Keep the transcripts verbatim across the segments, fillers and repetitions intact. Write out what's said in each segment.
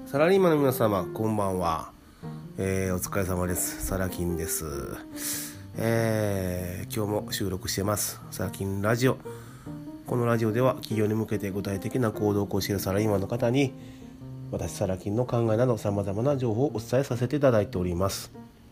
サラリーマンの皆様こんばんは、えー、お疲れ様です。サラキンです、えー、今日も収録してますサラキンラジオ。このラジオでは企業に向けて具体的な行動を起こしているサラリーマンの方に私サラキンの考えなどさまざまな情報をお伝えさせていただいております。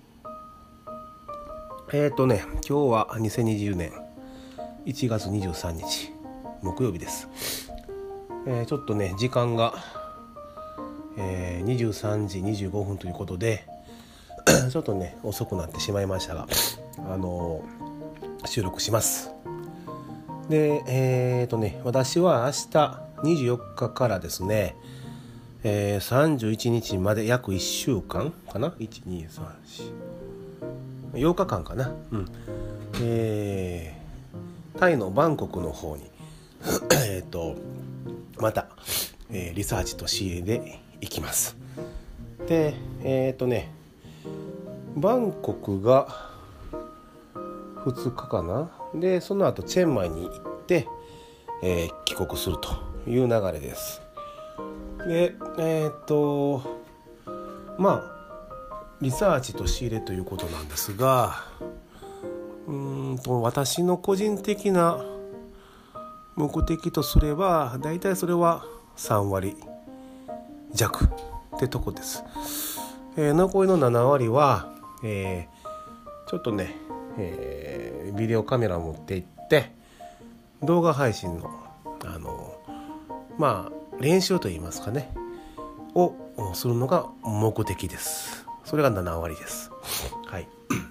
えーとね今日はにせんにじゅうねんいちがつにじゅうさんにち木曜日です。えー、ちょっとね時間がえー、にじゅうさんじにじゅうごふんということでちょっとね遅くなってしまいましたが、あのー、収録します。でえーとね私は明日にじゅうよっかからですね、えー、さんじゅういちにちまで約いっしゅうかんかな、いち、に、さん、よん、ようかかんかな、うん、えー、タイのバンコクの方にえっとまた、えー、リサーチと仕入れで行きます。でえっとねバンコクがふつかかなで、その後チェンマイに行って、えー、帰国するという流れです。でえっとまあリサーチと仕入れということなんですが、うーんと私の個人的な目的とすればだいたいそれはさんわりじゃくってとこです。えー、残りのななわりは、えー、ちょっとね、えー、ビデオカメラを持って行って動画配信のあのまあ練習といいますかねをするのが目的です。それがななわりです。はい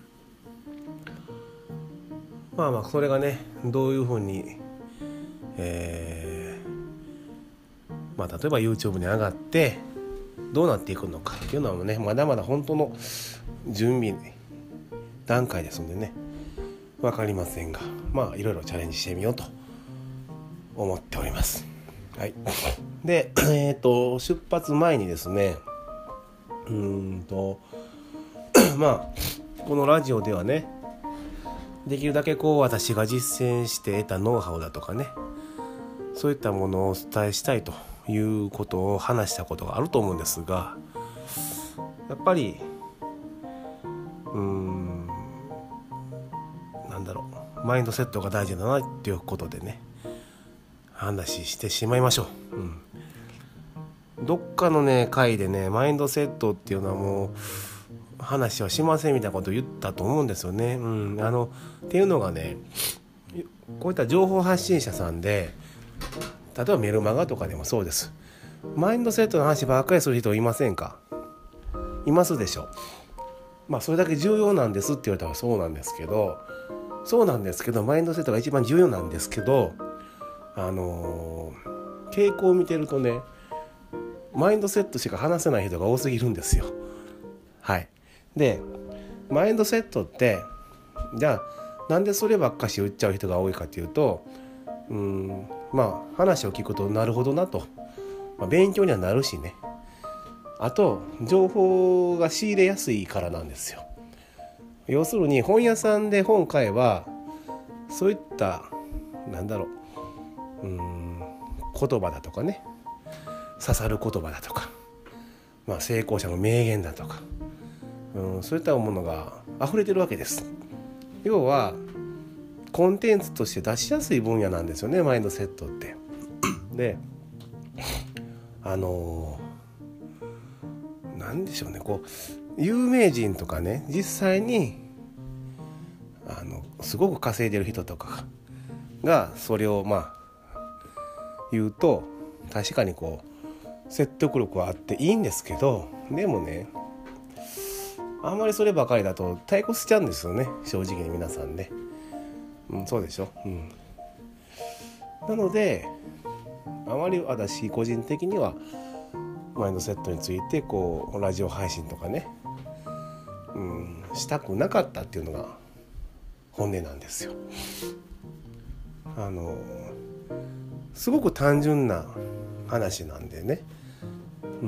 まあまあそれがねどういうふうに、えーまあ、例えば YouTube に上がってどうなっていくのかっていうのはねまだまだ本当の準備段階ですのでね分かりませんが、まあいろいろチャレンジしてみようと思っております。はい。で、えっと出発前にですねうーんとまあこのラジオではねできるだけこう私が実践して得たノウハウだとかねそういったものをお伝えしたいということを話したことがあると思うんですが、やっぱりうーんなんだろうマインドセットが大事だなっていうことでね話してしまいましょう。うん、どっかのね回でねマインドセットっていうのはもう話はしませんみたいなことを言ったと思うんですよね。うん、あのっていうのがねこういった情報発信者さんで例えばメルマガとかでもそうです。マインドセットの話ばっかりする人いませんか？いますでしょ。まあそれだけ重要なんですって言われたらそうなんですけどそうなんですけどマインドセットが一番重要なんですけどあのー、傾向を見てるとねマインドセットしか話せない人が多すぎるんですよ。はいでマインドセットってじゃあなんでそればっかし言っちゃう人が多いかというとうーんまあ話を聞くとなるほどなと、まあ、勉強にはなるしねあと情報が仕入れやすいからなんですよ。要するに本屋さんで本買えばそういったなんだろう、うーん言葉だとかね刺さる言葉だとか、まあ、成功者の名言だとか、うん、そういったものが溢れてるわけです。要はコンテンツとして出しやすい分野なんですよねマインドセットってであのー、なんでしょうねこう有名人とかね実際にあのすごく稼いでる人とかがそれをまあ言うと確かにこう説得力はあっていいんですけどでもねあんまりそればかりだと退屈しちゃうんですよね正直に皆さんね、うん、そうでしょ、うん、なのであまり私個人的にはマインドセットについてこうラジオ配信とかね、うん、したくなかったっていうのが本音なんですよ。あのすごく単純な話なんでね、うん、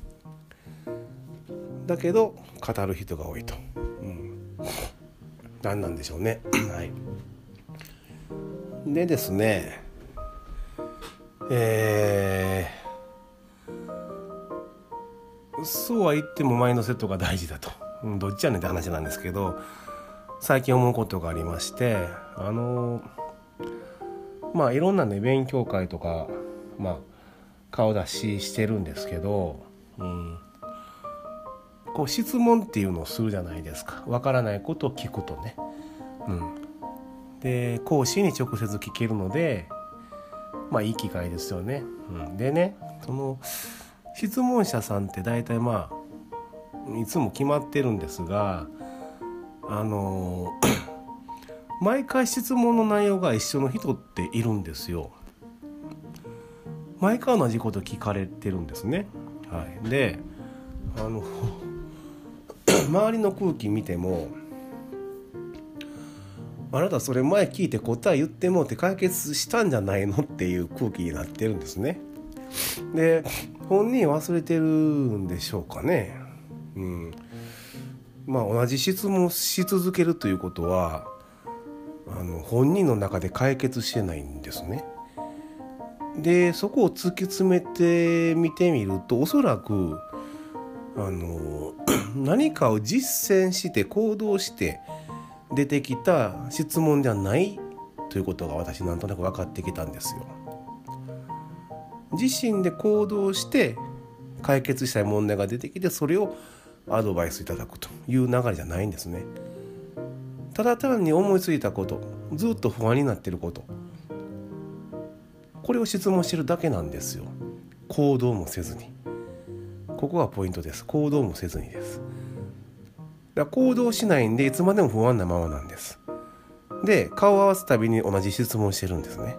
だけど語る人が多いと、うん、何なんでしょうね。はい、でですねえーそうは言ってもマインドセットが大事だと、うん、どっちやねんって話なんですけど、最近思うことがありまして、あのまあいろんなね勉強会とか、まあ顔出ししてるんですけど、うん、こう質問っていうのをするじゃないですか。わからないことを聞くとね、うん、で講師に直接聞けるので、まあいい機会ですよね、うん、でね、その質問者さんって大体まあいつも決まってるんですが、あの毎回質問の内容が一緒の人っているんですよ。毎回同じこと聞かれてるんですね、はい、であの周りの空気見ても、あなたそれ前聞いて答え言ってもって解決したんじゃないのっていう空気になってるんですね。で本人忘れてるんでしょうかね、うん、まあ同じ質問し続けるということはあの本人の中で解決してないんですね。でそこを突き詰めてみてみると、おそらくあの何かを実践して行動して出てきた質問じゃないということが私なんとなく分かってきたんですよ。自身で行動して解決したい問題が出てきて、それをアドバイスいただくという流れじゃないんですね。ただ単に思いついたこと、ずっと不安になっていること、これを質問してるだけなんですよ。行動もせずに。ここがポイントです。行動もせずにです。だから行動しないんでいつまでも不安なままなんです。で顔を合わすたびに同じ質問してるんですね。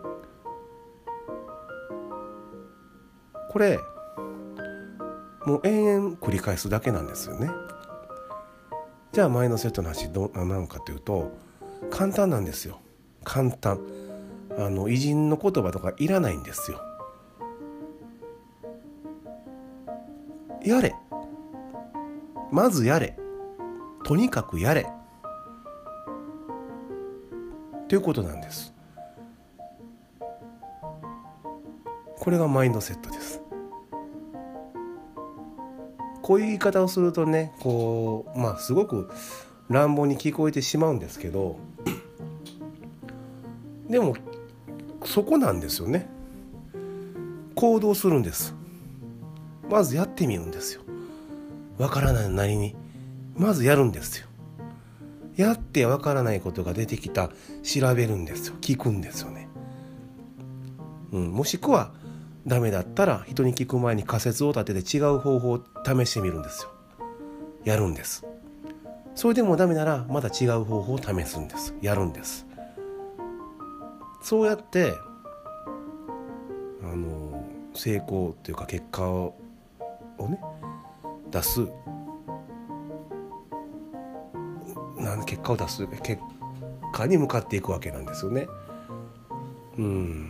これもう延々繰り返すだけなんですよね。じゃあマインドセットの話どうなのかというと、簡単なんですよ。簡単。あの偉人の言葉とかいらないんですよ。やれ、まずやれ、とにかくやれということなんです。これがマインドセットです。こういう言い方をするとね、こうまあすごく乱暴に聞こえてしまうんですけど、でもそこなんですよね。行動するんです。まずやってみるんですよ。わからないなりにまずやるんですよ。やってわからないことが出てきた、調べるんですよ。聞くんですよね、うん、もしくはダメだったら人に聞く前に仮説を立てて違う方法を試してみるんですよ。やるんです。それでもダメならまた違う方法を試すんです。やるんです。そうやってあの成功というか結果をね出す、なん結果を出す結果に向かっていくわけなんですよね。うん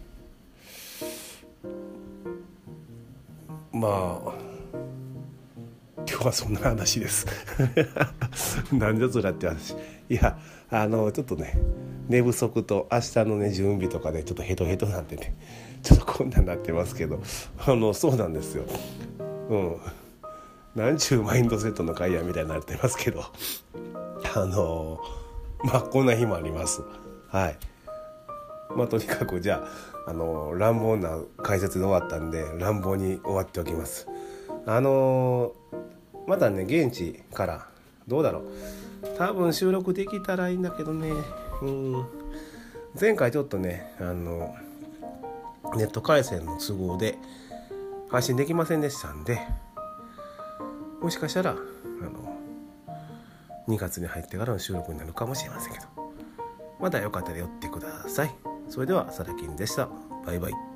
まあ今日はそんな話ですなんでそれって話、いやあのちょっとね寝不足と明日のね準備とかでちょっとヘトヘトなんてね、ちょっとこんなんなってますけど、あのそうなんですよ。うんなんちゅうマインドセットの会やみたいになってますけど、あのまあこんな日もあります。はい。まあとにかくじゃあ、あの乱暴な解説で終わったんで乱暴に終わっておきます。あのまたね現地からどうだろう、多分収録できたらいいんだけどね、うん前回ちょっとねあのネット回線の都合で配信できませんでしたんで、もしかしたらあのにがつに入ってからの収録になるかもしれませんけど、まだよかったら寄ってください。それではサラキンでした。バイバイ。